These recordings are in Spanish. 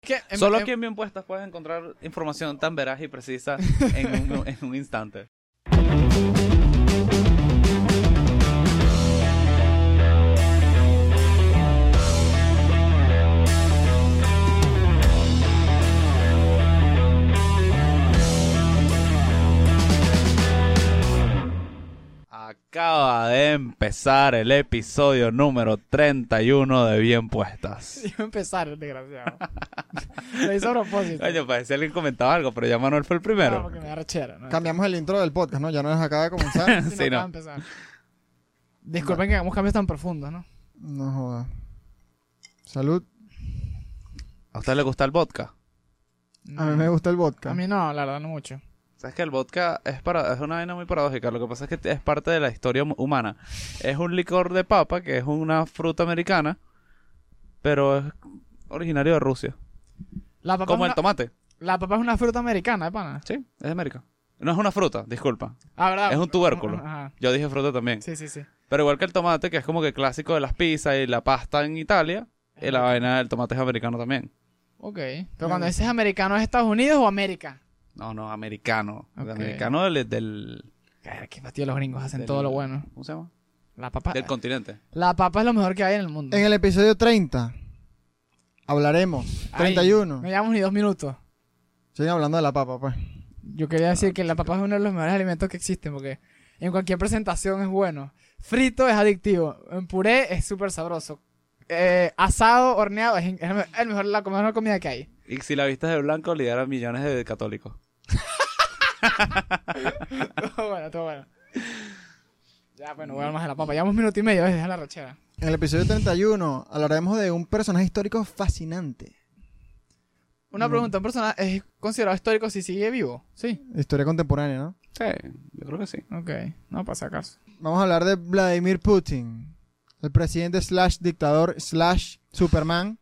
Solo aquí en Bien Puestas puedes encontrar información tan veraz y precisa en un instante. Acaba de empezar el episodio número 31 de Bien Puestas. Iba a empezar, desgraciado. Lo hizo a propósito. Oye, parece que alguien comentaba algo, pero ya Manuel fue el primero. No, porque me da rechera, ¿no? Cambiamos el intro del podcast, ¿no? Ya nos acaba de comenzar. Sí, Sí, no. no. Acaba de empezar. Disculpen que hagamos cambios tan profundos, ¿no? No joda. Salud. ¿A usted le gusta el vodka? A mí me gusta el vodka. A mí no, la verdad, no mucho. ¿Sabes que el vodka es una vaina muy paradójica? Lo que pasa es que es parte de la historia humana. Es un licor de papa, que es una fruta americana, pero es originario de Rusia. La papa Como es el tomate. La papa es una fruta americana, ¿eh, pana? Sí, es de América. No es una fruta, disculpa. Ah, ¿verdad? Es un tubérculo. Ajá. Yo dije fruta también. Sí, sí, sí. Pero igual que el tomate, que es como que clásico de las pizzas y la pasta en Italia, y la vaina del tomate es americano también. Ok. Pero cuando dices americano, ¿es Estados Unidos o América? No, americano. Ok. Americano del Qué fastidio, los gringos hacen del- todo lo bueno. ¿Cómo se llama? La papa... Del continente. La papa es lo mejor que hay en el mundo. En el episodio 30 hablaremos. Ay, 31. no llevamos ni 2 minutos. Siguen hablando de la papa, pues. Yo quería decir que la papa es uno de los mejores alimentos que existen porque en cualquier presentación es bueno. Frito es adictivo. En puré es súper sabroso. Asado, horneado es la mejor comida que hay. Y si la vistas de blanco, lidera millones de católicos. Todo bueno, todo bueno. Ya, bueno, voy a hablar más de la papa. Llevamos 1 minuto y medio, deja la rachera. En el episodio 31 hablaremos de un personaje histórico fascinante. Una pregunta, ¿un personaje es considerado histórico si sigue vivo? Sí. Historia contemporánea, ¿no? Sí, yo creo que sí. Ok, no pasa acaso. Vamos a hablar de Vladimir Putin. El presidente / dictador / Superman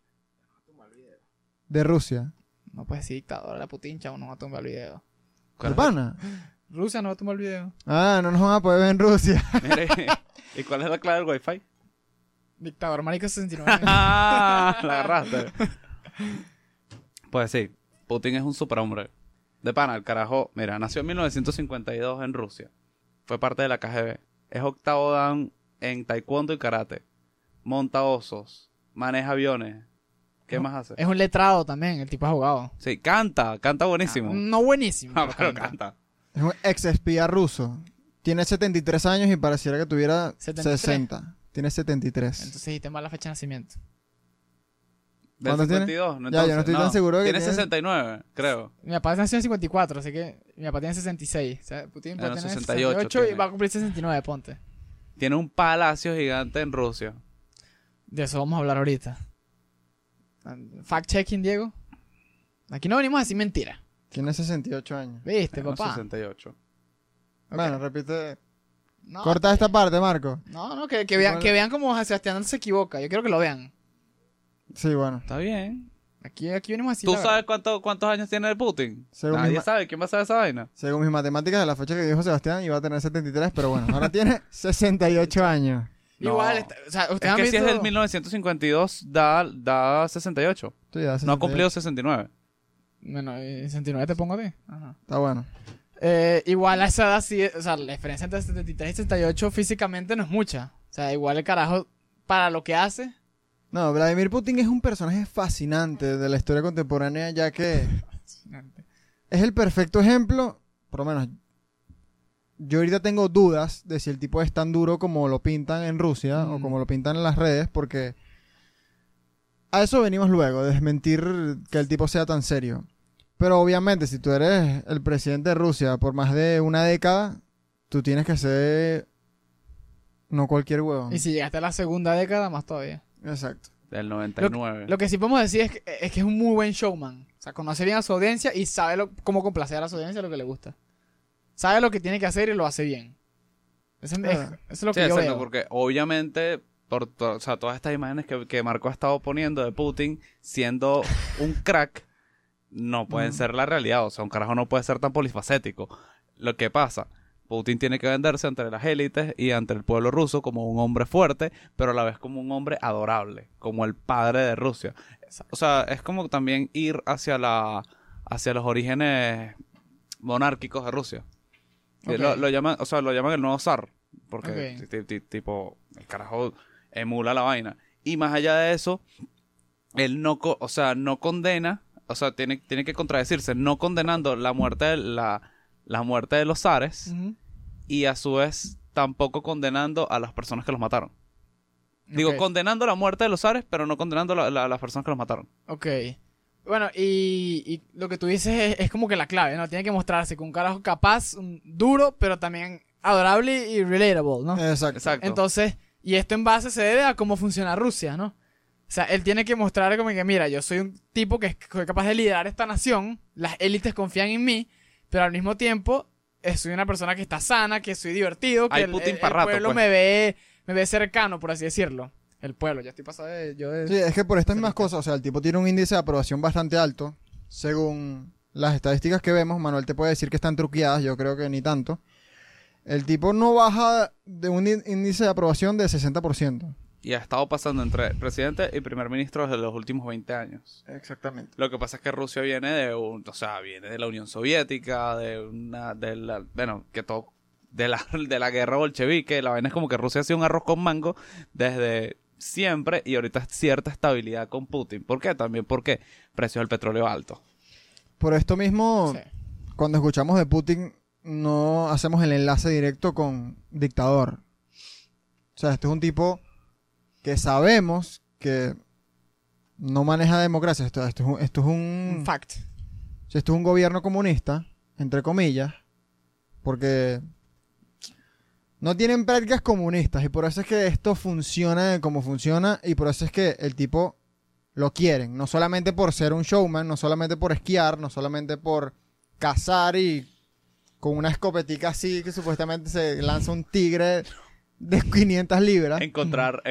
de Rusia. No puedes decir dictador, la Putin, chavo, no va a tumbar el video. ¿Qué pana? Rusia no va a tumbar el video. Ah, no nos van a poder ver en Rusia. Mire, ¿y cuál es la clave del Wi-Fi? Dictador, marico 69. ¡Ah! La agarraste. Pues sí, Putin es un superhombre. De pana, el carajo, mira, nació en 1952 en Rusia. Fue parte de la KGB. Es octavo dan en taekwondo y karate. Monta osos. Maneja aviones. ¿Qué más hace? Es un letrado también, el tipo ha jugado. Sí, canta buenísimo. No buenísimo. Ah, pero canta. canta. Es un ex espía ruso. Tiene 73 años y pareciera que tuviera 73. 60. Tiene 73. Entonces dijiste mal la fecha de nacimiento. Del ¿Cuántos tiene? 52, ¿no? Ya, yo no estoy tan seguro de que tiene tiene- 69, creo. Mi papá nació en 54, así que mi papá tiene 66. O sea, Putin puede Bueno, tener 68 68 y tiene. va a cumplir 69, ponte. Tiene un palacio gigante en Rusia. De eso vamos a hablar ahorita. Fact-checking, Diego. Aquí no venimos a decir mentira. Tiene 68 años. ¿Viste, Bueno, papá? 68. Ok. Bueno, repite. No, Corta esta parte, Marco. No, que vean cómo Sebastián se equivoca. Yo quiero que lo vean. Sí, bueno. Está bien. Aquí venimos a decir ¿Tú la sabes cuántos años tiene Putin? Según Nadie mi sabe. ¿Quién va a saber esa vaina? Según mis matemáticas, de la fecha que dijo Sebastián, iba a tener 73, pero bueno, ahora tiene 68 años. No. Igual, o sea, ustedes Es han que si visto... es del 1952, da 68. Sí, ya, No ha cumplido 69. Bueno, 69 te pongo a ti. Ajá. Está bueno. Igual a esa edad sí, o sea, la diferencia entre 73 y 68 físicamente no es mucha. O sea, igual el carajo, para lo que hace... No, Vladimir Putin es un personaje fascinante de la historia contemporánea, ya que es el perfecto ejemplo, por lo menos yo ahorita tengo dudas de si el tipo es tan duro como lo pintan en Rusia o como lo pintan en las redes, porque a eso venimos luego, de desmentir que el tipo sea tan serio. Pero obviamente, si tú eres el presidente de Rusia por más de una década, tú tienes que ser no cualquier huevón. Y si llegaste a la segunda década, más todavía. Exacto. Del 99. Lo que sí podemos decir es que es un muy buen showman. O sea, conoce bien a su audiencia y sabe cómo complacer a su audiencia lo que le gusta. Sabe lo que tiene que hacer y lo hace bien. Eso es lo Sí, que yo exacto, veo. porque obviamente, o sea, todas estas imágenes que Marco ha estado poniendo de Putin siendo un crack, no pueden ser la realidad. O sea, un carajo no puede ser tan polifacético. Lo que pasa, Putin tiene que venderse ante las élites y ante el pueblo ruso como un hombre fuerte, pero a la vez como un hombre adorable, como el padre de Rusia. O sea, es como también ir hacia los orígenes monárquicos de Rusia. Ok. Lo llaman el nuevo zar, porque Ok. tipo el carajo emula la vaina. Y más allá de eso, él no condena, o sea, tiene que contradecirse, no condenando la muerte de los zares, Ujú. y a su vez tampoco condenando a las personas que los mataron. Digo, Ok. condenando la muerte de los zares, pero no condenando las personas que los mataron. Ok. Bueno, y lo que tú dices es como que la clave, ¿no? Tiene que mostrarse con un carajo capaz, duro, pero también adorable y relatable, ¿no? Exacto. Exacto. Entonces, y esto en base se debe a cómo funciona Rusia, ¿no? O sea, él tiene que mostrar como que, mira, yo soy un tipo que soy capaz de liderar esta nación, las élites confían en mí, pero al mismo tiempo soy una persona que está sana, que soy divertido, que Hay el Putin pa' rato, pueblo pues. me ve cercano, por así decirlo. El pueblo, ya estoy pasado Sí, es que por estas mismas cosas, o sea, el tipo tiene un índice de aprobación bastante alto. Según las estadísticas que vemos, Manuel te puede decir que están truqueadas, yo creo que ni tanto. El tipo no baja de un índice de aprobación de 60%. Y ha estado pasando entre presidente y primer ministro desde los últimos 20 años. Exactamente. Lo que pasa es que Rusia viene de la Unión Soviética, de la guerra bolchevique. La vaina es como que Rusia ha sido un arroz con mango desde siempre, y ahorita es cierta estabilidad con Putin. ¿Por qué? También porque precios del petróleo altos. Por esto mismo, Sí. cuando escuchamos de Putin, no hacemos el enlace directo con dictador. O sea, este es un tipo que sabemos que no maneja democracia. Esto es Un un fact. O sea, esto es un gobierno comunista, entre comillas, porque no tienen prácticas comunistas, y por eso es que esto funciona como funciona, y por eso es que el tipo lo quieren, no solamente por ser un showman, no solamente por esquiar, no solamente por cazar y con una escopetica así que supuestamente se lanza un tigre de 500 libras. Encontrar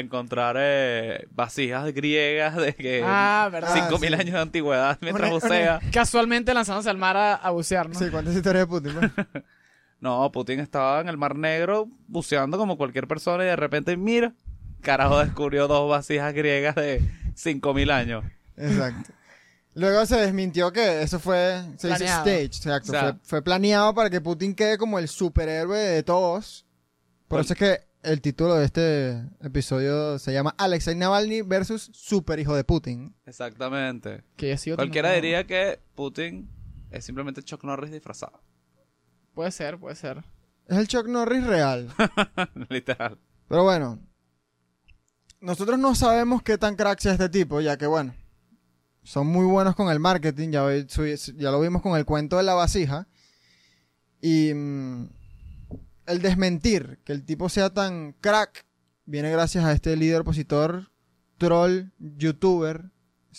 vasijas griegas de que Ah, ¿verdad? 5.000 sí. años de antigüedad mientras Una- bucea. Casualmente lanzándose al mar a bucear, ¿no? Sí, ¿cuántas historias de Putin? Pues? No, Putin estaba en el Mar Negro buceando como cualquier persona, y de repente, mira, carajo, descubrió 2 vasijas griegas de 5.000 años. Exacto. Luego se desmintió que eso se dice Planeado. stage, exacto. O sea, fue planeado para que Putin quede como el superhéroe de todos. Por eso es que el título de este episodio se llama Alexei Navalny versus Super Hijo de Putin. Exactamente. Que ha sido Cualquiera no- diría que Putin es simplemente Chuck Norris disfrazado. Puede ser, puede ser. Es el Chuck Norris real. Literal. Pero bueno, nosotros no sabemos qué tan crack sea este tipo, ya que bueno, son muy buenos con el marketing, ya lo vimos con el cuento de la vasija. Y el desmentir que el tipo sea tan crack viene gracias a este líder opositor, troll, youtuber,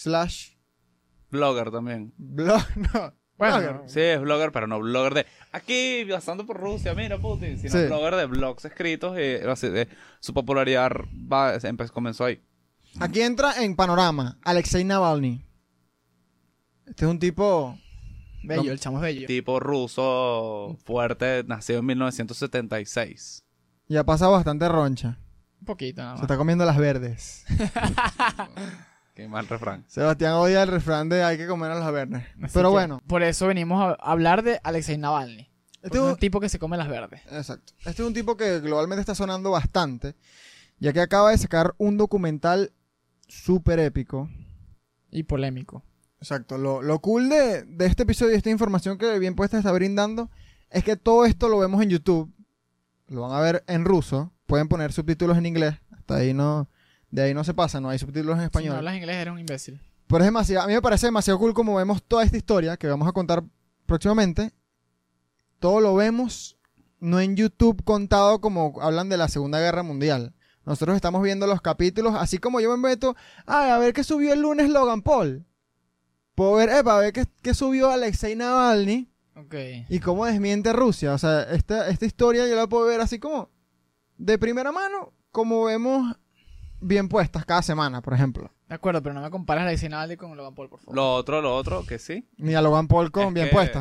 Blogger también. blog, no, Bueno, blogger. Sí, es blogger, pero no blogger de aquí, pasando por Rusia, mira Putin, sino Sí. blogger de blogs escritos, y su popularidad comenzó ahí. Aquí entra en panorama Alexei Navalny. Este es un tipo... bello, No. el chamo es bello. Tipo ruso, fuerte, nacido en 1976. Ya pasa bastante roncha. Un poquito nada Se más. está comiendo las verdes. Qué mal refrán. Sebastián odia el refrán de hay que comer a las verdes. Así Pero que bueno, Por eso venimos a hablar de Alexei Navalny. este Porque es es un, un tipo que se come las verdes. exacto. Este es un tipo que globalmente está sonando bastante, ya que acaba de sacar un documental súper épico. Y polémico. Exacto. Lo cool de este episodio y esta información que Bien Puesta está brindando es que todo esto lo vemos en YouTube. Lo van a ver en ruso. Pueden poner subtítulos en inglés. Hasta ahí no... De ahí no se pasa, no hay subtítulos en Si español. no hablas inglés eres un imbécil. Pero es demasiado, a mí me parece demasiado cool como vemos toda esta historia que vamos a contar próximamente. Todo lo vemos no en YouTube contado como hablan de la Segunda Guerra Mundial. Nosotros estamos viendo los capítulos, así como yo me meto, a ver qué subió el lunes Logan Paul. Puedo ver, a ver qué subió Alexei Navalny Ok. y cómo desmiente Rusia. O sea, esta historia yo la puedo ver así como de primera mano, como vemos Bien Puestas cada semana, por ejemplo. De acuerdo, pero no me compares a Alexei Navalny con Logan Paul, por favor. Lo otro, que sí. Ni a Logan Paul con Es Bien que- Puestas, ¿no?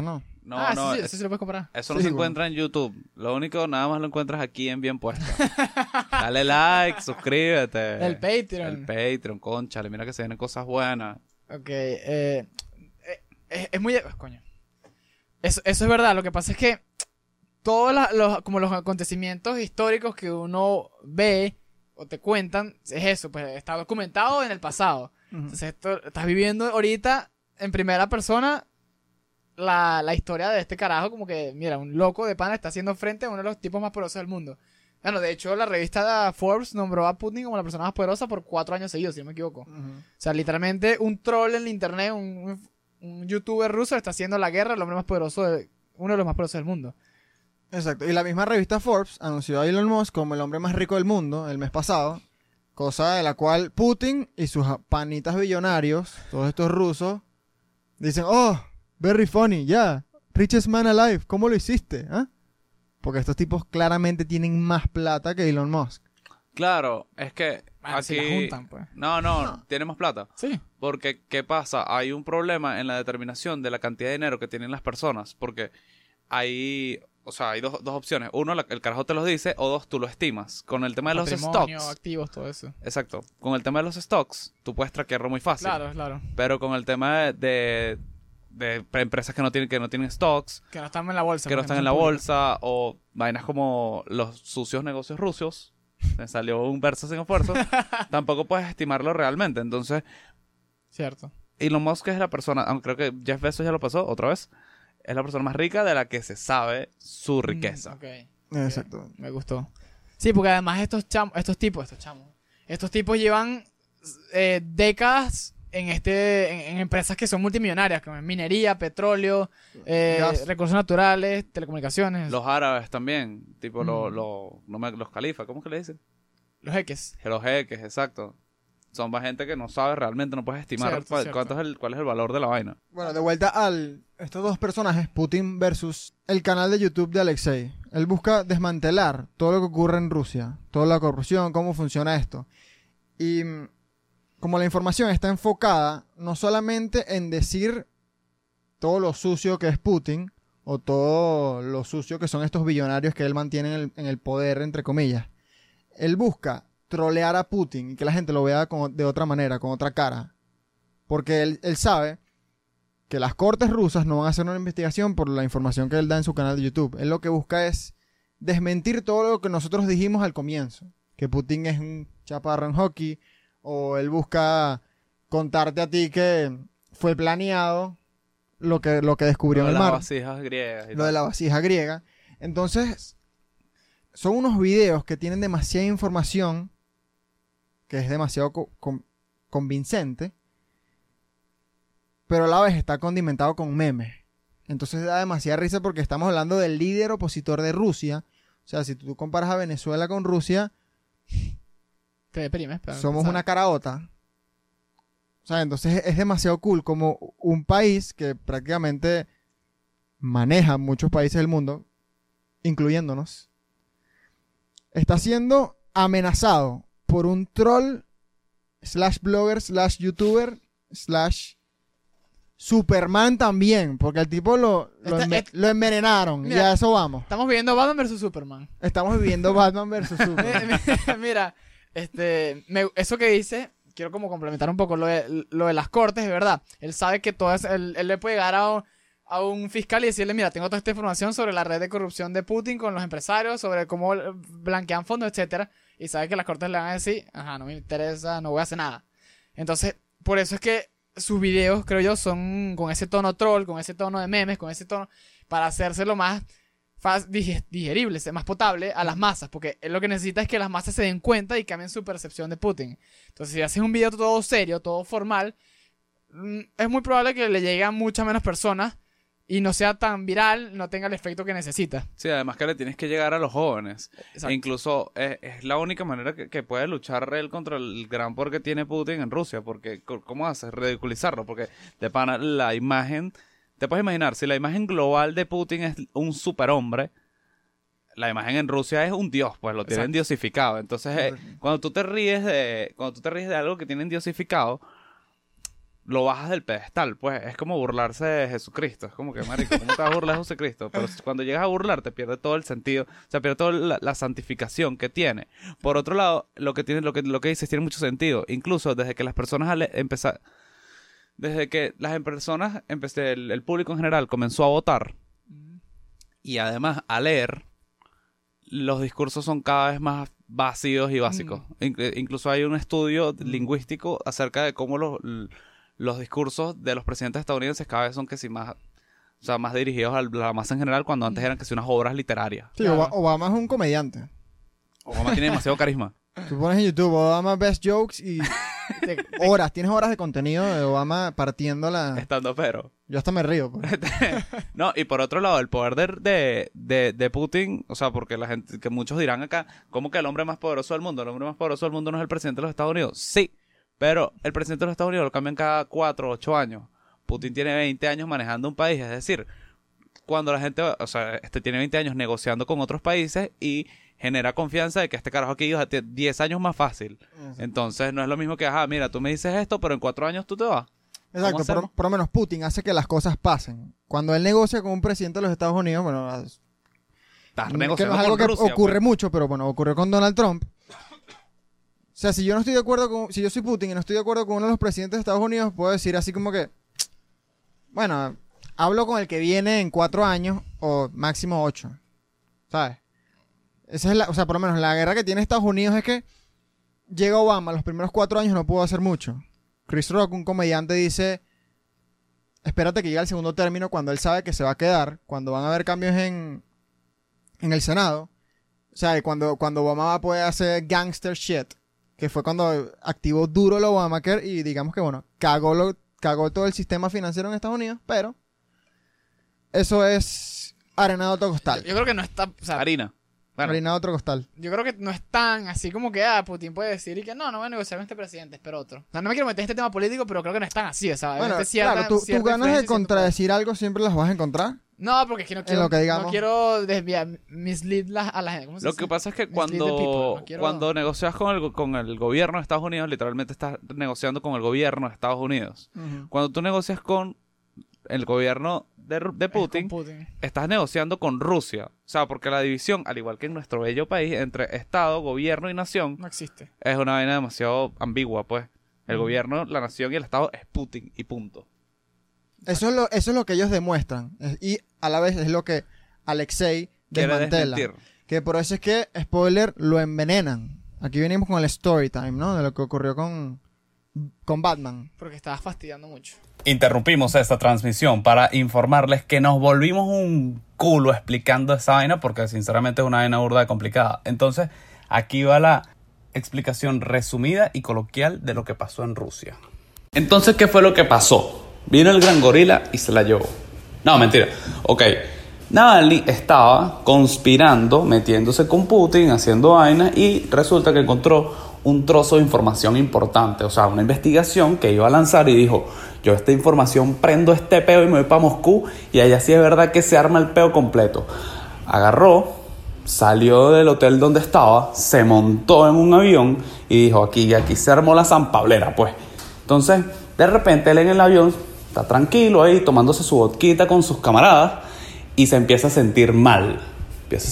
No, no, sí, eso sí lo puedes comprar. eso no Sí, se bueno. encuentra en YouTube. Lo único, nada más lo encuentras aquí en Bien Puesto. Dale like, suscríbete. El Patreon. El Patreon, cónchale, mira que se vienen cosas buenas. Ok, es muy... Coño. Eso es verdad, lo que pasa es que todos como los acontecimientos históricos que uno ve o te cuentan, es eso, pues está documentado en el pasado. Entonces estás viviendo ahorita en primera persona la historia de este carajo, como que, mira, un loco de pana está haciendo frente a uno de los tipos más poderosos del mundo. Bueno, de hecho, la revista Forbes nombró a Putin como la persona más poderosa por 4 años seguidos, si no me equivoco. O sea, literalmente un troll en la internet, un youtuber ruso está haciendo la guerra al hombre más poderoso, uno de los más poderosos del mundo. Exacto. Y la misma revista Forbes anunció a Elon Musk como el hombre más rico del mundo el mes pasado, cosa de la cual Putin y sus panitas billonarios, todos estos rusos, dicen, oh, very funny, yeah, richest man alive, ¿cómo lo hiciste? ¿Ah? Porque estos tipos claramente tienen más plata que Elon Musk. Claro, es que Bueno, aquí... si la juntan, pues. No, tiene más plata. Sí. Porque, ¿qué pasa? Hay un problema en la determinación de la cantidad de dinero que tienen las personas. Porque hay dos opciones. Uno, el carajo te los dice, o dos, tú lo estimas. Con el tema de los Patrimonio, stocks. activos, todo eso. Exacto. Con el tema de los stocks, tú puedes traquearlo muy fácil. Claro. Pero con el tema de empresas que no tienen stocks, Que no están en la bolsa. que no porque están en la son bolsa, o vainas como los sucios negocios rusos. Me salió un verso sin esfuerzo. Tampoco puedes estimarlo realmente. Entonces, públicos. Cierto. Elon Musk es la persona, aunque creo que Jeff Bezos ya lo pasó otra vez, es la persona más rica de la que se sabe su riqueza. Ok. Exacto. Me gustó. Sí, porque además estos tipos llevan décadas en empresas que son multimillonarias, como en minería, petróleo, Gas. recursos naturales, telecomunicaciones, Los árabes también, tipo los califas, ¿cómo es que le dicen? los jeques. Los jeques, exacto. Son más gente que no sabe realmente, no puedes estimar Cierto. cuál es el valor de la vaina. Bueno, de vuelta estos dos personajes, Putin versus el canal de YouTube de Alexei. Él busca desmantelar todo lo que ocurre en Rusia, toda la corrupción, cómo funciona esto. Y como la información está enfocada no solamente en decir todo lo sucio que es Putin, o todo lo sucio que son estos billonarios que él mantiene en el poder, entre comillas. Él busca trolear a Putin y que la gente lo vea de otra manera, con otra cara. Porque él sabe que las cortes rusas no van a hacer una investigación por la información que él da en su canal de YouTube. Él lo que busca es desmentir todo lo que nosotros dijimos al comienzo. Que Putin es un chaparro en hockey. O él busca contarte a ti que fue planeado lo que descubrió en el mar. Las vasijas griegas. Lo de la vasija griega. Entonces, son unos videos que tienen demasiada información, que es demasiado convincente, pero a la vez está condimentado con memes. Entonces da demasiada risa porque estamos hablando del líder opositor de Rusia. O sea, si tú comparas a Venezuela con Rusia, Te deprimes, pero somos ¿sabes? una caraota. O sea, entonces es demasiado cool como un país que prácticamente maneja muchos países del mundo, incluyéndonos, está siendo amenazado por un troll / blogger / youtuber / Superman también, porque al tipo lo envenenaron. Mira, y a eso vamos. Estamos viendo Batman vs Superman. Estamos viviendo Batman vs Superman. Mira, eso que dice, quiero como complementar un poco lo de las cortes, es verdad. Él sabe que él le puede llegar a un fiscal y decirle, mira, tengo toda esta información sobre la red de corrupción de Putin con los empresarios, sobre cómo blanquean fondos, etcétera. Y sabe que las cortes le van a decir, ajá, no me interesa, no voy a hacer nada. Entonces, por eso es que sus videos, creo yo, son con ese tono troll, con ese tono de memes, con ese tono, para hacérselo más digerible, más potable a las masas, porque él lo que necesita es que las masas se den cuenta y cambien su percepción de Putin. Entonces, si haces un video todo serio, todo formal, es muy probable que le llegue a muchas menos personas y no sea tan viral, no tenga el efecto que necesita. Sí, además que le tienes que llegar a los jóvenes. Exacto. E incluso es la única manera que puede luchar él contra el gran poder que tiene Putin en Rusia. Porque, ¿cómo haces? Ridiculizarlo. Porque, de pana, la imagen... Te puedes imaginar, si la imagen global de Putin es un superhombre, la imagen en Rusia es un dios, pues lo tienen Exacto. diosificado. Entonces, cuando tú te ríes de algo que tienen diosificado, lo bajas del pedestal, pues. Es como burlarse de Jesucristo. Es como que, marico, ¿cómo te vas a burlar de Jesucristo? Pero cuando llegas a burlarte, pierde todo el sentido. O sea, pierde toda la santificación que tiene. Por otro lado, lo que dices tiene mucho sentido. Incluso desde que las personas el público en general comenzó a votar y además a leer, los discursos son cada vez más vacíos y básicos. Incluso hay un estudio lingüístico acerca de cómo los discursos de los presidentes estadounidenses cada vez son que sí más, o sea, más dirigidos a la masa en general, cuando antes eran que sí unas obras literarias. Sí, Obama es un comediante. Obama tiene demasiado carisma. Tú pones en YouTube Obama Best Jokes y tienes horas de contenido de Obama partiendo la... Estando pero. Yo hasta me río. Pues. No, y por otro lado, el poder de Putin, o sea, porque la gente, que muchos dirán acá, ¿cómo que el hombre más poderoso del mundo? El hombre más poderoso del mundo no es el presidente de los Estados Unidos. Sí, pero el presidente de los Estados Unidos lo cambian cada 4 o 8 años. Putin tiene 20 años manejando un país, es decir, cuando la gente, o sea, tiene 20 años negociando con otros países y genera confianza de que este carajo aquí 10 años más fácil. Entonces no es lo mismo que, mira, tú me dices esto, pero en 4 años tú te vas. Exacto, por lo menos Putin hace que las cosas pasen. Cuando él negocia con un presidente de los Estados Unidos, bueno, estás que negociando no es algo con que Rusia, ocurre pues. mucho, pero bueno, ocurrió con Donald Trump. O sea, si yo no estoy de acuerdo si yo soy Putin y no estoy de acuerdo con uno de los presidentes de Estados Unidos, puedo decir así como que, bueno, hablo con el que viene en 4 años o máximo 8, ¿sabes? Esa es o sea, por lo menos la guerra que tiene Estados Unidos es que llega Obama, los primeros 4 años no pudo hacer mucho. Chris Rock, un comediante, dice, espérate que llegue al segundo término cuando él sabe que se va a quedar, cuando van a haber cambios en el Senado. O sea, cuando Obama va a poder hacer gangster shit, que fue cuando activó duro el Obamacare y digamos que, bueno, cagó todo el sistema financiero en Estados Unidos, pero eso es arena de otro costal. Yo creo que no está... O sea, Harina. Bueno, Harina de otro costal. yo creo que no es tan así como que Putin puede decir y que no voy a negociar con este presidente, espero otro. O sea, no me quiero meter en este tema político, pero creo que no es tan así. O sea, Bueno, cierta, claro, tú cierta ganas de influencia, contradecir algo siempre las vas a encontrar. No, porque es que no quiero, lo que digamos. no quiero desviar, mislead a la gente. ¿Cómo se lo dice? que pasa es que Mislead the people. No quiero- cuando negocias con el gobierno de Estados Unidos, literalmente estás negociando con el gobierno de Estados Unidos. Cuando tú negocias con el gobierno de Es Putin, con Putin. estás negociando con Rusia. O sea, porque la división, al igual que en nuestro bello país, entre Estado, gobierno y nación, No existe. es una vaina demasiado ambigua, pues. El gobierno, la nación y el Estado es Putin y punto. Eso es lo que ellos demuestran. Y a la vez es lo que Alexei Quiere desmantela. desmentir. Que por eso es que, spoiler, lo envenenan. Aquí venimos con el story time, ¿no? De lo que ocurrió con Batman. Porque estabas fastidiando mucho. Interrumpimos esta transmisión para informarles que nos volvimos un culo explicando esa vaina porque sinceramente es una vaina burda y complicada. Entonces, aquí va la explicación resumida y coloquial de lo que pasó en Rusia. Entonces, ¿qué fue lo que pasó? Vino el gran gorila y se la llevó. No, mentira. Ok. Navalny estaba conspirando, metiéndose con Putin, haciendo vainas y resulta que encontró un trozo de información importante, o sea, una investigación que iba a lanzar y dijo, yo esta información prendo este peo y me voy para Moscú y allá sí es verdad que se arma el peo completo. Agarró, salió del hotel donde estaba, se montó en un avión y dijo, aquí se armó la zampablera, pues. Entonces, de repente él en el avión está tranquilo ahí, tomándose su vodquita con sus camaradas y se empieza a sentir mal. Empieza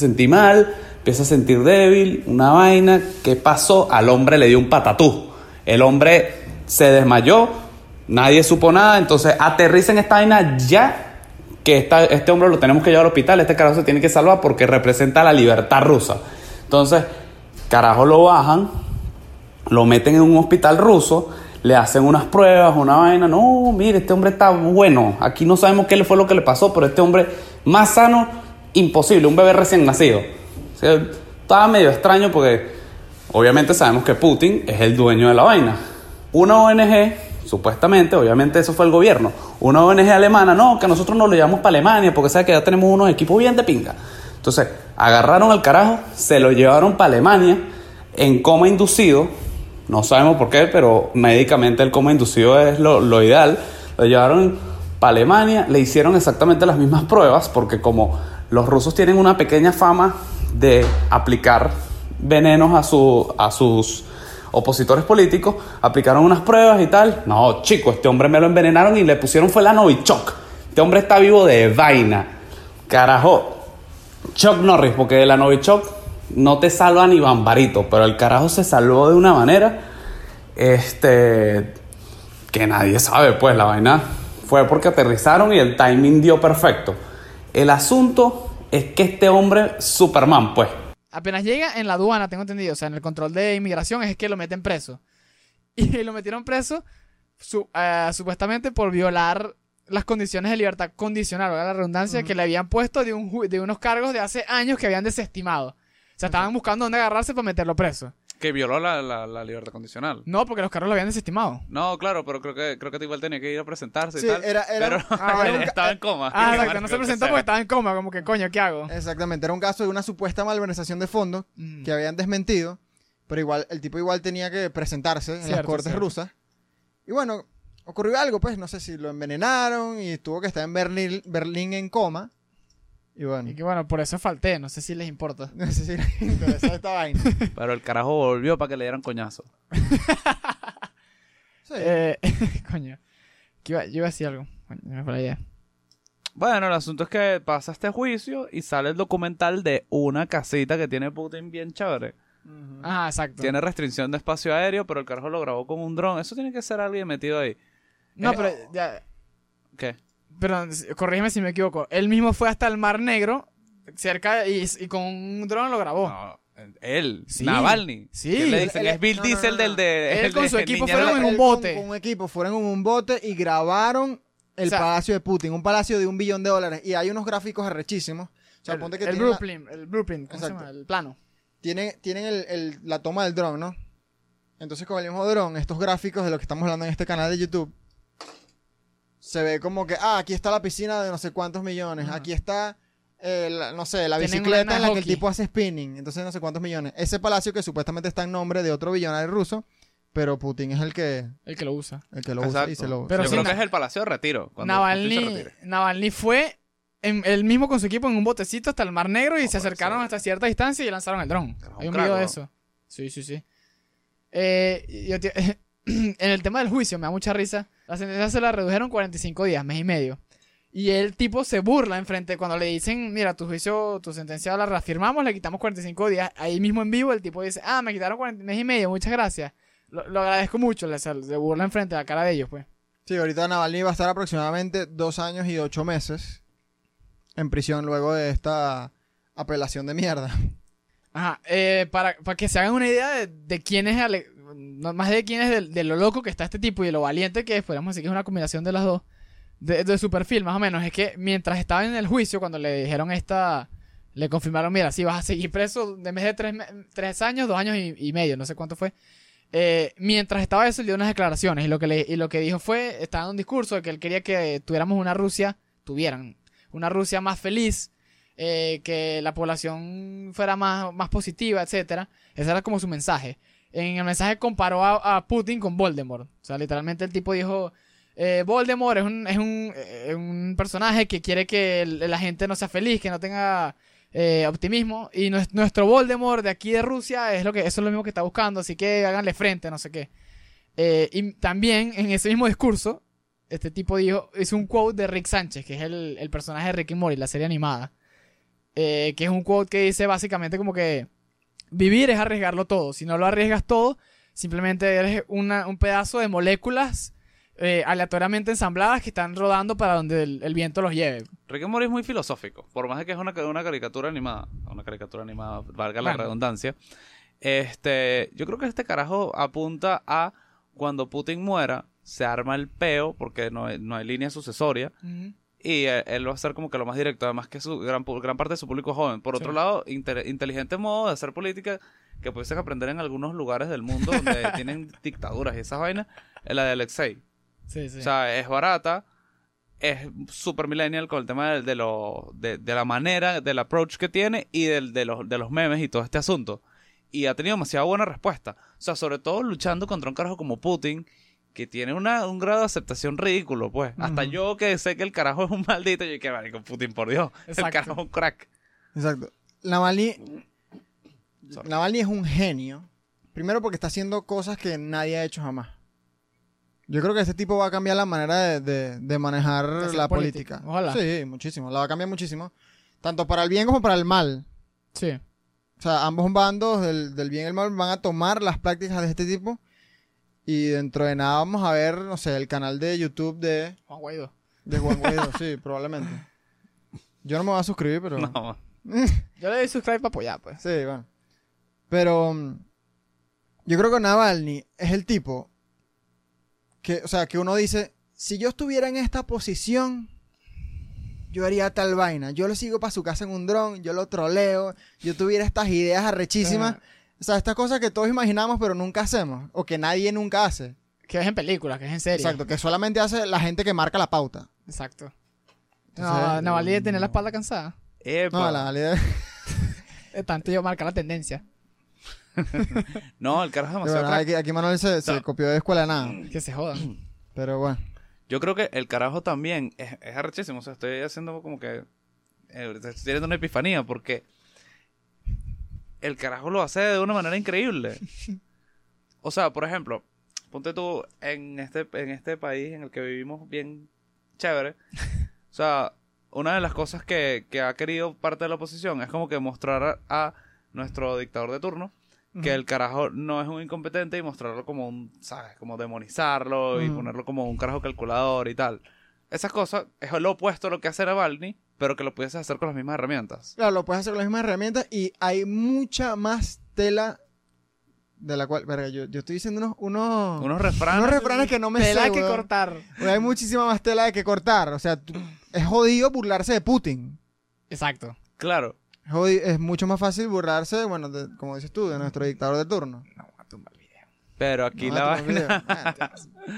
a sentir débil, una vaina. ¿Qué pasó? Al hombre le dio un patatú. El hombre se desmayó, nadie supo nada, entonces aterriza en esta vaina ya, que este hombre lo tenemos que llevar al hospital, este carajo se tiene que salvar porque representa la libertad rusa. Entonces, carajo lo bajan, lo meten en un hospital ruso, le hacen unas pruebas, una vaina, no, mire, este hombre está bueno, aquí no sabemos qué fue lo que le pasó, pero este hombre más sano, imposible, un bebé recién nacido. O sea, estaba medio extraño porque obviamente sabemos que Putin es el dueño de la vaina. Una ONG, supuestamente, obviamente eso fue el gobierno, una ONG alemana, no, que nosotros nos lo llevamos para Alemania porque sabe que ya tenemos unos equipos bien de pinga. Entonces, agarraron al carajo, se lo llevaron para Alemania en coma inducido, no sabemos por qué, pero médicamente el coma inducido es lo ideal. Lo llevaron para Alemania, le hicieron exactamente las mismas pruebas porque como los rusos tienen una pequeña fama de aplicar venenos a sus opositores políticos, aplicaron unas pruebas y tal. No, chico, este hombre me lo envenenaron y le pusieron fue la Novichok. Este hombre está vivo de vaina. Carajo, Chuck Norris, porque de la Novichok no te salva ni Bambarito, pero el carajo se salvó de una manera que nadie sabe, pues la vaina fue porque aterrizaron y el timing dio perfecto. El asunto es que este hombre, Superman, pues. Apenas llega en la aduana, tengo entendido, o sea, en el control de inmigración es que lo meten preso. Y lo metieron preso supuestamente por violar las condiciones de libertad condicional, ¿verdad? La redundancia que le habían puesto de unos cargos de hace años que habían desestimado. O sea, estaban buscando dónde agarrarse para meterlo preso. Que violó la libertad condicional. No, porque los cargos lo habían desestimado. No, claro, pero creo que igual tenía que ir a presentarse Sí, y tal. pero Estaba en coma. Exacto, no se presentó porque estaba en coma, como que coño, ¿qué hago? exactamente, era un caso de una supuesta malversación de fondos que habían desmentido, pero igual el tipo igual tenía que presentarse en las cortes rusas. Y bueno, ocurrió algo, pues, no sé si lo envenenaron y tuvo que estar en Berlín en coma. Y bueno, Y que bueno, por eso falté, no sé si les importa. no sé si les interesa esta vaina. Pero el carajo volvió para que le dieran coñazo. Sí. Coño. Yo iba a decir algo. Coño, me fue la idea. Bueno, el asunto es que pasa este juicio y sale el documental de una casita que tiene Putin bien chévere. Ah, exacto. Tiene restricción de espacio aéreo, pero el carajo lo grabó con un dron. Eso tiene que ser alguien metido ahí. No, pero ya... ¿Qué? Perdón, corrígeme si me equivoco. Él mismo fue hasta el Mar Negro, cerca, y con un dron lo grabó. No, él, Sí. Navalny. Sí. ¿Qué le dicen? Es Bill no, Diesel no, no. del de... Él el con de su equipo Niña fueron de la- en un bote. Con un equipo, fueron en un bote y grabaron el O sea, palacio de Putin, un palacio de $1 billón. Y hay unos gráficos arrechísimos. O sea, ponte que el tienen blueprint, ¿cómo se Exacto. llama? El plano. tienen la toma del dron, ¿no? Entonces con el mismo dron, estos gráficos de lo que estamos hablando en este canal de YouTube, se ve como que, aquí está la piscina de no sé cuántos millones, aquí está, no sé, la Tienen bicicleta una en la que el hockey. tipo hace spinning, entonces no sé cuántos millones. Ese palacio que supuestamente está en nombre de otro billonario ruso, pero Putin es el que lo usa. lo usa y se lo... Pero Yo sí, creo que es el Palacio de Retiro. Cuando Putin se retire. Navalny fue él mismo con su equipo en un botecito hasta el Mar Negro y se acercaron ser. hasta cierta distancia y lanzaron el dron. Carajo, Hay un crack, video de ¿no? eso. Sí. En el tema del juicio me da mucha risa. La sentencia se la redujeron 45 días, mes y medio. Y el tipo se burla enfrente cuando le dicen, mira, tu juicio, tu sentencia la reafirmamos, le quitamos 45 días. Ahí mismo en vivo el tipo dice, me quitaron mes y medio, muchas gracias. Lo agradezco mucho, se burla enfrente de la cara de ellos, pues. Sí, ahorita Navalny va a estar aproximadamente 2 años y 8 meses en prisión luego de esta apelación de mierda. Ajá, para que se hagan una idea de quién es, no, más de quién es de lo loco que está este tipo y de lo valiente que es, podríamos decir que es una combinación de las dos, de su perfil más o menos, es que mientras estaba en el juicio, cuando le dijeron le confirmaron, mira, sí, vas a seguir preso de vez de 3 años, 2 años y medio, no sé cuánto fue. Mientras estaba eso, él dio unas declaraciones y lo que dijo fue, estaba en un discurso de que él quería que tuvieran una Rusia más feliz, que la población fuera más positiva, etcétera. Ese era como su mensaje. En el mensaje comparó a Putin con Voldemort. O sea, literalmente el tipo dijo, Voldemort es un personaje que quiere que la gente no sea feliz, que no tenga optimismo. Y nuestro Voldemort de aquí de Rusia eso es lo mismo que está buscando, así que háganle frente, no sé qué. Y también en ese mismo discurso, este tipo hizo un quote de Rick Sánchez, que es el personaje de Rick y Morty, la serie animada. Que es un quote que dice básicamente como que vivir es arriesgarlo todo. Si no lo arriesgas todo, simplemente eres un pedazo de moléculas aleatoriamente ensambladas que están rodando para donde el viento los lleve. Rick and Morty es muy filosófico, por más de que es una caricatura animada, valga la Bueno. redundancia. Yo creo que este carajo apunta a cuando Putin muera, se arma el peo, porque no hay línea sucesoria, y él va a ser como que lo más directo, además que su gran parte de su público es joven. Por otro lado, inteligente modo de hacer política que pudiesen aprender en algunos lugares del mundo donde tienen dictaduras y esas vainas, es la de Alexei. Sí, sí. O sea, es barata, es super millennial con el tema de la manera, del approach que tiene y de los memes y todo este asunto. Y ha tenido demasiada buena respuesta. O sea, sobre todo luchando contra un carajo como Putin, que tiene un grado de aceptación ridículo, pues. Hasta yo que sé que el carajo es un maldito, yo que vale con Putin, por Dios. Exacto. El carajo es un crack. Exacto. Navalny es un genio, Primero porque está haciendo cosas que nadie ha hecho jamás. Yo creo que este tipo va a cambiar la manera de manejar De hacer la política. política. Ojalá. Sí, muchísimo. La va a cambiar muchísimo. Tanto para el bien como para el mal. Sí. O sea, ambos bandos del bien y el mal van a tomar las prácticas de este tipo. Y dentro de nada vamos a ver, no sé, el canal de YouTube de Juan Guaidó. Juan Guaidó. Sí, probablemente. Yo no me voy a suscribir, pero... No. Yo le doy subscribe para apoyar, pues. Sí, bueno. Pero yo creo que Navalny es el tipo que, o sea, que uno dice, si yo estuviera en esta posición, yo haría tal vaina. Yo lo sigo para su casa en un dron, yo lo troleo, yo tuviera estas ideas arrechísimas. O sea, estas cosas que todos imaginamos pero nunca hacemos, o que nadie nunca hace. Que es en películas, que es en serie. Exacto, que solamente hace la gente que marca la pauta. Exacto. Entonces, No, Navalny tiene la espalda cansada. Epa. No, la realidad Es tanto yo marcar la tendencia. No, el carajo es de demasiado verdad, crack. aquí Manuel se No. copió de escuela de nada. Que se jodan. Pero bueno. Yo creo que el carajo también es arrechísimo. O sea, estoy haciendo como que... estoy teniendo una epifanía porque... El carajo lo hace de una manera increíble. O sea, por ejemplo... Ponte tú en este país en el que vivimos bien chévere. O sea, una de las cosas que ha querido parte de la oposición es como que mostrar a nuestro dictador de turno que el carajo no es un incompetente y mostrarlo como un, ¿sabes? Como demonizarlo y ponerlo como un carajo calculador y tal. Esas cosas es lo opuesto a lo que hace Navalny, pero que lo puedes hacer con las mismas herramientas. Claro, lo puedes hacer con las mismas herramientas y hay mucha más tela de la cual, verga, yo estoy diciendo Unos refranes. que no me Tela sé, que weón. cortar. Porque hay muchísima más tela de que cortar. O sea, es jodido burlarse de Putin. Claro. Es mucho más fácil burlarse, bueno, como dices tú, de nuestro dictador de turno. No, voy a tumbar el video. Pero aquí No, la otro video. vaina...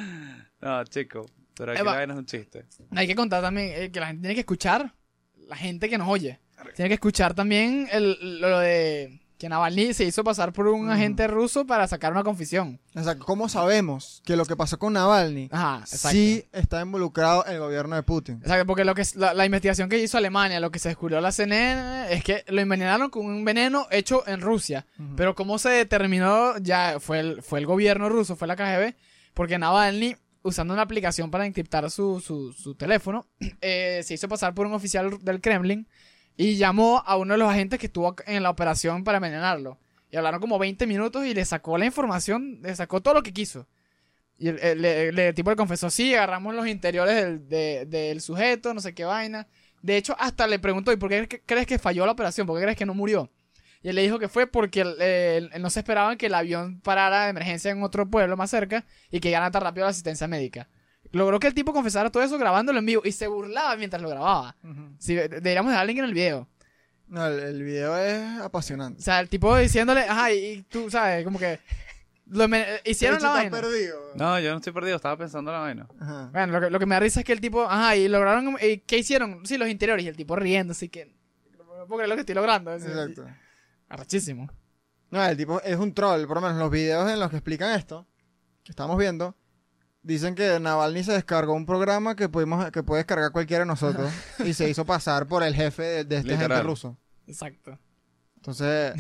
No, chico. Pero aquí Eva. la vaina es un chiste. Hay que contar también que la gente tiene que escuchar, la gente que nos oye. Tiene que escuchar también lo de que Navalny se hizo pasar por un agente ruso para sacar una confesión. O sea, ¿cómo sabemos que lo que pasó con Navalny Ajá, exacto. sí está involucrado el gobierno de Putin? Exacto, porque lo que la investigación que hizo Alemania, lo que se descubrió la CNN, es que lo envenenaron con un veneno hecho en Rusia. Ujú. Pero cómo se determinó, ya fue el gobierno ruso, fue la KGB, porque Navalny, usando una aplicación para encriptar su teléfono, se hizo pasar por un oficial del Kremlin y llamó a uno de los agentes que estuvo en la operación para envenenarlo. Y hablaron como 20 minutos y le sacó la información, le sacó todo lo que quiso. Y el tipo le confesó, sí, agarramos los interiores del sujeto, no sé qué vaina. De hecho, hasta le preguntó, ¿y por qué crees que falló la operación? ¿Por qué crees que no murió? Y él le dijo que fue porque no se esperaban que el avión parara de emergencia en otro pueblo más cerca y que llegara tan rápido la asistencia médica. Logró que el tipo confesara todo eso grabándolo en vivo y se burlaba mientras lo grababa. Ujú. Sí, deberíamos dejar el link en el video. No, el video es apasionante. O sea, el tipo diciéndole, ajá, y tú, ¿sabes? Como que hicieron De hecho, la está vaina. perdido. No, yo no estoy perdido. Estaba pensando en la vaina. Ajá. Bueno, lo que me da risa es que el tipo, ajá, y lograron, ¿qué hicieron? Sí, los interiores, y el tipo riendo, así que no puedo creer lo que estoy logrando. Exacto. Arrechísimo. No, el tipo es un troll. Por lo menos los videos en los que explican esto, que estamos viendo, dicen que Navalny se descargó un programa que puede descargar cualquiera de nosotros y se hizo pasar por el jefe de este Literal. agente ruso. Exacto. Entonces,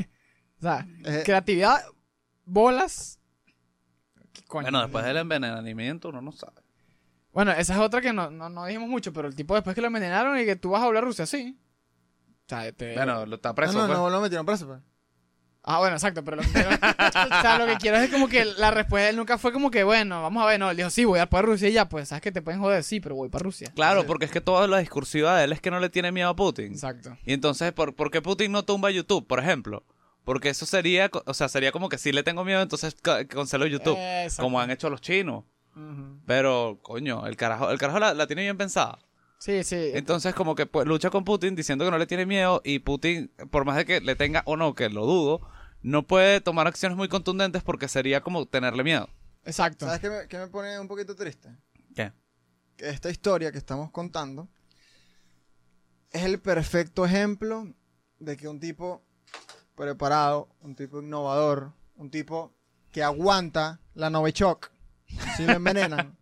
O sea, eh, creatividad, bolas. ¿Qué coño? Bueno, después del envenenamiento uno no sabe. Bueno, esa es otra que no dijimos mucho, pero el tipo después que lo envenenaron y que tú vas a hablar Rusia, sí. O sea, Bueno, lo está preso. no, pues. no lo metieron preso, pues. Ah, bueno, exacto, pero lo que quiero, o sea, lo que quiero es como que la respuesta de él nunca fue como que, bueno, vamos a ver, no, él dijo, sí, voy a ir para Rusia y ya, pues, ¿sabes que te pueden joder? Sí, pero voy para Rusia. Claro, porque es que toda la discursiva de él es que no le tiene miedo a Putin. Exacto. Y entonces, ¿por qué Putin no tumba YouTube, por ejemplo? Porque eso sería, o sea, sería como que si le tengo miedo, entonces cancelo YouTube. Exacto. Como han hecho los chinos. Ujú. Pero, coño, el carajo la tiene bien pensada. Sí, sí. Entonces, como que pues, lucha con Putin diciendo que no le tiene miedo y Putin, por más de que le tenga o no, que lo dudo, no puede tomar acciones muy contundentes porque sería como tenerle miedo. Exacto. ¿Sabes qué me pone un poquito triste? ¿Qué? Que esta historia que estamos contando es el perfecto ejemplo de que un tipo preparado, un tipo innovador, un tipo que aguanta la Novichok, si lo envenenan,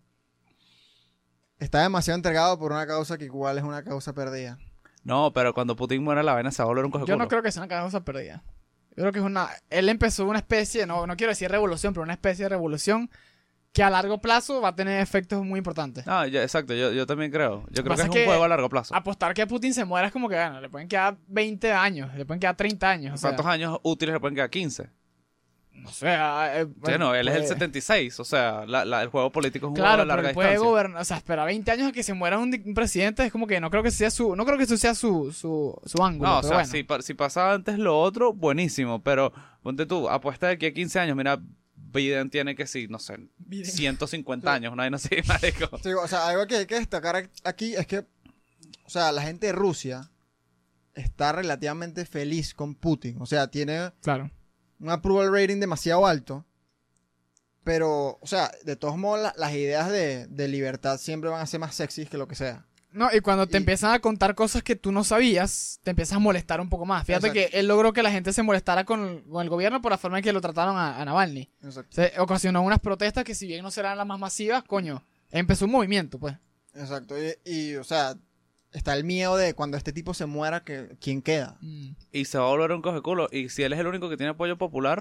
está demasiado entregado por una causa que igual es una causa perdida. No, pero cuando Putin muera la vaina se va a volver un coge Yo no culo. creo que sea una causa perdida. Yo creo que él empezó una especie, no quiero decir revolución, pero una especie de revolución que a largo plazo va a tener efectos muy importantes. Exacto, yo también creo. Yo creo que Pasa es un que juego a largo plazo. Apostar que Putin se muera es como que, bueno, le pueden quedar 20 años, le pueden quedar 30 años. O sea, ¿Cuántos años útiles le pueden quedar? 15. no sé. Bueno, él es el 76, o sea, el juego político es un Claro, juego a larga pero él puede distancia. gobernar, o sea, esperar 20 años a que se muera un presidente es como que no creo que sea no creo que eso sea su ángulo, No, o pero sea, bueno. si pasa antes lo otro, buenísimo, pero ponte tú, apuesta de que a 15 años, mira, Biden tiene que sí, no sé, Biden. 150 años, una vaina así, marico. Sí, o sea, algo que hay que destacar aquí es que, o sea, la gente de Rusia está relativamente feliz con Putin. O sea, tiene Claro. un approval rating demasiado alto. Pero, o sea, de todos modos, las ideas de libertad siempre van a ser más sexys que lo que sea. No, y cuando te Y- empiezan a contar cosas que tú no sabías, te empiezas a molestar un poco más. Fíjate Exacto. que él logró que la gente se molestara con el gobierno por la forma en que lo trataron a Navalny. Exacto. Se ocasionó unas protestas que si bien no serán las más masivas, coño, empezó un movimiento, pues. Exacto. O sea, está el miedo de cuando este tipo se muera, que ¿quién queda? Y se va a volver un cogeculo. Y si él es el único que tiene apoyo popular,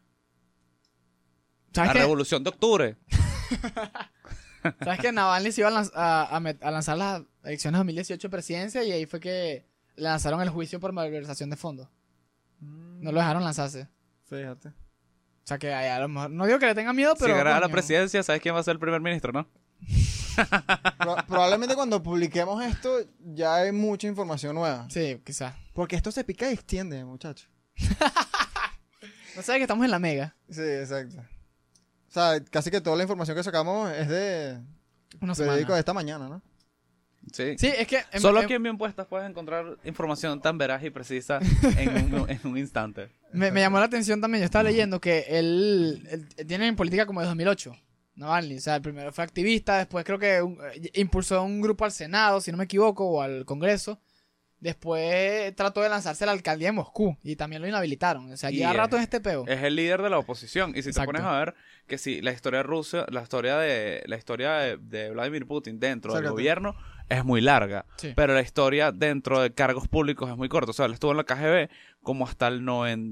la ¿Sabes qué? revolución de octubre. ¿Sabes que Navalny se iba a lanzar las elecciones 2018 de presidencia y ahí fue que le lanzaron el juicio por malversación de fondos? No lo dejaron lanzarse. Fíjate. O sea que a lo mejor, no digo que le tenga miedo, pero si gana la coño. presidencia, ¿sabes quién va a ser el primer ministro, no? Probablemente cuando publiquemos esto ya hay mucha información nueva. Sí, quizás. Porque esto se pica y extiende, muchachos. No sabes que estamos en la mega. Sí, exacto. O sea, casi que toda la información que sacamos es de Una periódico de semana. esta mañana, ¿no? Sí. Sí, es que... Solo aquí en Bien Puestas puedes encontrar información tan veraz y precisa en un instante. Me llamó la atención también, yo estaba leyendo que él tiene en política como de 2008, Navalny. O sea, el primero fue activista, después creo que impulsó un grupo al Senado, si no me equivoco, o al Congreso. Después trató de lanzarse a la alcaldía de Moscú y también lo inhabilitaron. O sea, Y lleva es- rato en este peo. Es el líder de la oposición. Y si Exacto. te pones a ver que si la historia de Rusia, la historia de Vladimir Putin dentro del Sácate. gobierno es muy larga. Sí. Pero la historia dentro de cargos públicos es muy corta. O sea, él estuvo en la KGB como hasta el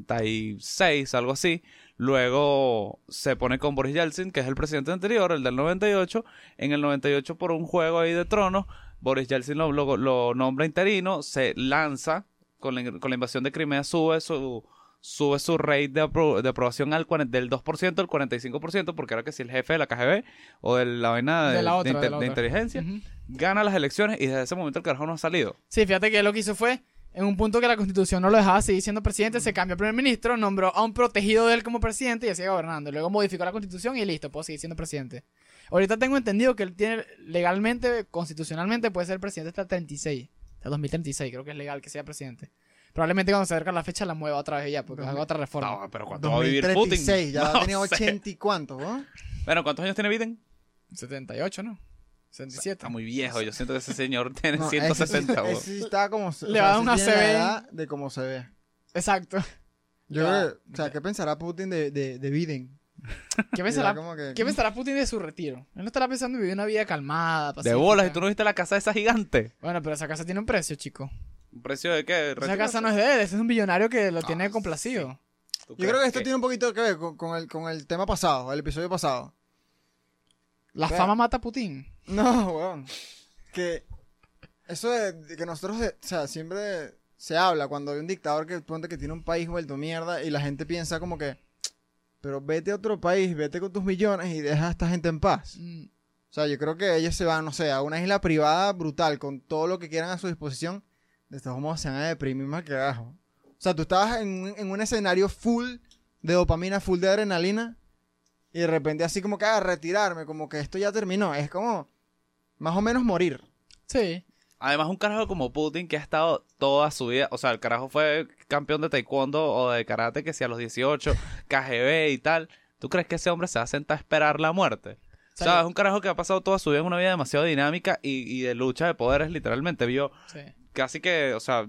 96, algo así. Luego se pone con Boris Yeltsin, que es el presidente anterior, el del 98. En el 98 por un juego ahí de tronos, Boris Yeltsin lo nombra interino, se lanza con la invasión de Crimea, sube su rate de aprobación del 2% al 45%, porque era que si el jefe de la KGB o de la vaina De la otra, de de la otra. inteligencia, Ujú. gana las elecciones y desde ese momento el carajo no ha salido. Sí, fíjate que lo que hizo fue, en un punto que la constitución no lo dejaba seguir siendo presidente, se cambió a primer ministro, nombró a un protegido de él como presidente y así gobernando. Luego modificó la constitución y listo, puedo seguir siendo presidente. Ahorita tengo entendido que él tiene legalmente, constitucionalmente, puede ser presidente hasta el 36, hasta 2036, creo que es legal que sea presidente. Probablemente cuando se acerca la fecha la mueva otra vez ya, porque haga otra reforma. No, pero ¿cuánto va a vivir Putin? 2036, ya No tenía sé. 80 y cuántos, ¿no? Bueno, ¿cuántos años tiene Biden? 78, ¿no? 77. Está muy viejo. Yo siento que ese señor tiene No, 160. ese bo. sí está como... Le va a dar una sí tiene la CB. edad de cómo se ve. Exacto. Yo Ya. creo que, o sea, ¿qué pensará Putin de Biden? ¿Qué pensará, Dirá como que- ¿Qué pensará Putin de su retiro? Él no estará pensando en vivir una vida calmada, De pacífica. bolas, ¿y tú no viste la casa de esa gigante? Bueno, pero esa casa tiene un precio, chico. ¿Un precio de qué? Esa casa no es de él, ese es un billonario que lo tiene Ah, complacido. ¿Tú Yo creo que crees esto tiene un poquito que ver con el tema pasado, el episodio pasado. La Vea. fama mata a Putin. No, weón. Que eso de que nosotros, o sea, siempre se habla cuando hay un dictador que ponte que tiene un país vuelto mierda y la gente piensa como que, pero vete a otro país, vete con tus millones y deja a esta gente en paz. Mm, O sea, yo creo que ellos se van, no sé, a una isla privada brutal con todo lo que quieran a su disposición. De todos modos se van a deprimir más que carajo. O sea, tú estabas en un escenario full de dopamina, full de adrenalina y de repente así como que a retirarme, como que esto ya terminó. Es como más o menos morir. sí. Además, un carajo como Putin que ha estado toda su vida, o sea, el carajo fue campeón de taekwondo o de karate que si a los 18, KGB y tal. ¿Tú crees que ese hombre se va a sentar a esperar la muerte? O sea, es un carajo que ha pasado toda su vida en una vida demasiado dinámica y de lucha de poderes, literalmente. Vio Sí. casi que, o sea,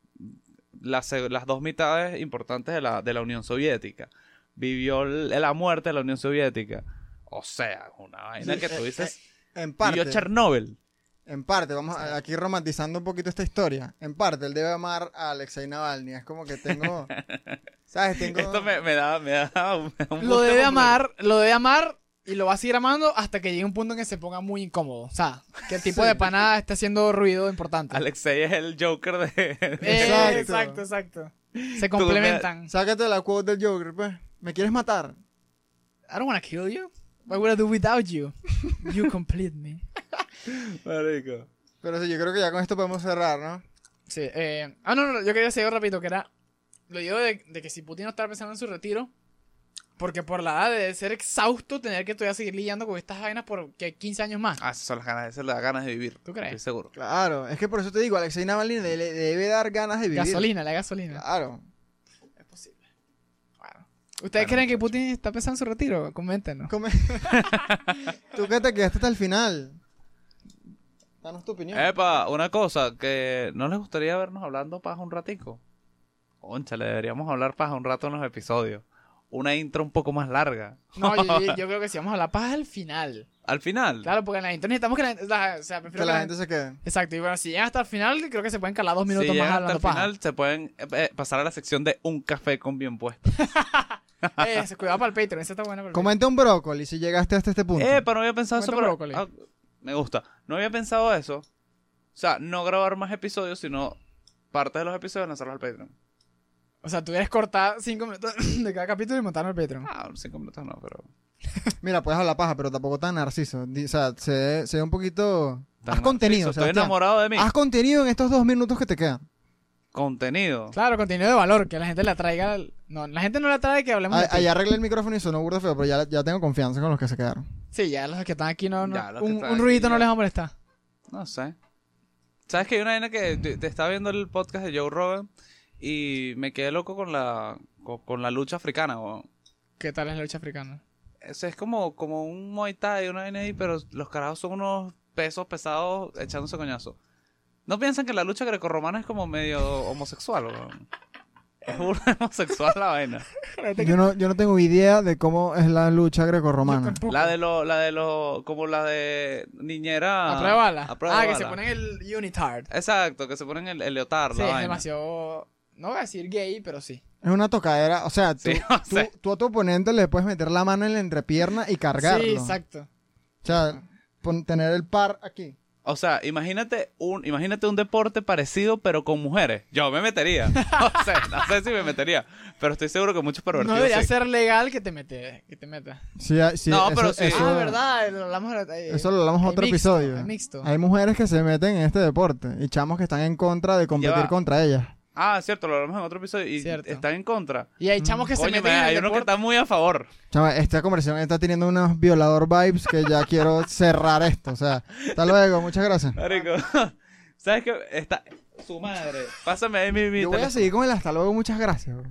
las dos mitades importantes de la Unión Soviética. Vivió la muerte de la Unión Soviética. O sea, una vaina Sí, que tú dices... En parte. Vivió Chernóbil. En parte, vamos aquí romantizando un poquito esta historia. En parte, él debe amar a Alexei Navalny. Es como que tengo... ¿Sabes? Tengo... Esto me da un Lo gusto debe popular. amar y lo va a seguir amando hasta que llegue un punto en que se ponga muy incómodo. O sea, que el tipo Sí. de pana esté haciendo ruido importante. Alexei es el Joker de... Exacto. Exacto. Se complementan. Sácate la quote del Joker, pues. ¿Me quieres matar? I don't wanna kill you. What would I do without you? You complete me. Marico. Pero sí, yo creo que ya con esto podemos cerrar, ¿no? Sí, no, yo quería decir algo rapidito, que era, lo digo de que si Putin no está pensando en su retiro, porque por la edad debe ser exhausto tener que todavía seguir lidiando con estas vainas por ¿qué? 15 años más. Ah, esas son las ganas, esas son las ganas de vivir. ¿Tú crees? Estoy seguro. Claro, es que por eso te digo, Alexei Navalny le debe dar ganas de vivir. Gasolina, la gasolina. Claro. Es posible. Bueno. ¿Ustedes creen que Putin está pensando en su retiro? Coméntenos. Tú que te quedaste hasta el final. Danos tu opinión. Epa, una cosa, que ¿no les gustaría vernos hablando paja un ratico? Cónchale, deberíamos hablar paja un rato en los episodios. Una intro un poco más larga. No, yo creo que sí, vamos a la paz al final. Al final. Claro, porque en la intro necesitamos que o sea, prefiero Que la gente se quede. Exacto, y bueno, si llegan hasta el final, creo que se pueden calar 2 minutos Si más llegan hasta hablando el paja. final, se pueden pasar a la sección de un café con bien puesto. Cuidado para el Patreon, esa está buena para el Comenta un brócoli si llegaste hasta este punto. Epa, no había pensado eso, Cuenta pero... brócoli. me gusta. No había pensado eso. O sea, no grabar más episodios, sino parte de los episodios lanzarlos al Patreon. O sea, tú quieres cortar 5 minutos de cada capítulo y montarlo al Patreon. Ah, 5 minutos no, pero... Mira, puedes hablar paja, pero tampoco tan narciso. O sea, se ve un poquito... Tan Haz contenido, narciso, estoy Sebastián. enamorado de mí. Haz contenido en estos 2 minutos que te quedan. Contenido. Claro, contenido de valor, que la gente le atraiga. No, la gente no le atrae que hablemos de ti. Ahí arreglé el micrófono y sonó burda feo, pero ya tengo confianza con los que se quedaron. Sí, ya los que están aquí no. Ya, los que Un están ruidito aquí no ya. les va a molestar. No sé. ¿Sabes que hay una vaina que te estaba viendo el podcast de Joe Rogan y me quedé loco con la lucha africana, weón? ¿Qué tal es la lucha africana? Es como un Muay Thai, una vaina ahí, pero los carajos son unos pesos pesados echándose coñazo. ¿No piensan que la lucha grecorromana es como medio homosexual, weón? Es burda homosexual la vaina. Yo no tengo idea de cómo es la lucha grecorromana. La de como la de niñera. A prueba de bala. A prueba de que se bala. ponen el unitard. Exacto, que se ponen el leotard, Sí, la es vaina. demasiado. No voy a decir gay, pero sí. Es una tocadera. O sea, Sí, no sé. tú a tu oponente le puedes meter la mano en la entrepierna y cargarlo. Sí, exacto. O sea, tener el par aquí. O sea, imagínate un deporte parecido pero con mujeres. Yo me metería. No sé si me metería. Pero estoy seguro que muchos No pervertidos debería sí. ser legal que te metas. Sí, sí, No, pero sí. Ah, verdad, lo hablamos Eso lo hablamos en otro episodio. Es mixto. Hay mujeres que se meten en este deporte y chamos que están en contra de competir Ya va. contra ellas. Ah, cierto, lo hablamos en otro episodio y Cierto. están en contra. Y hay chamos que se Coño, meten en hay el uno que deporte. está muy a favor. Chama, esta conversación está teniendo unos violador vibes que ya quiero cerrar esto. O sea, hasta luego, muchas gracias. Marico, ¿sabes qué? Está su madre. Pásame ahí mi Yo voy a teléfono. seguir con el hasta luego, muchas gracias. Bro.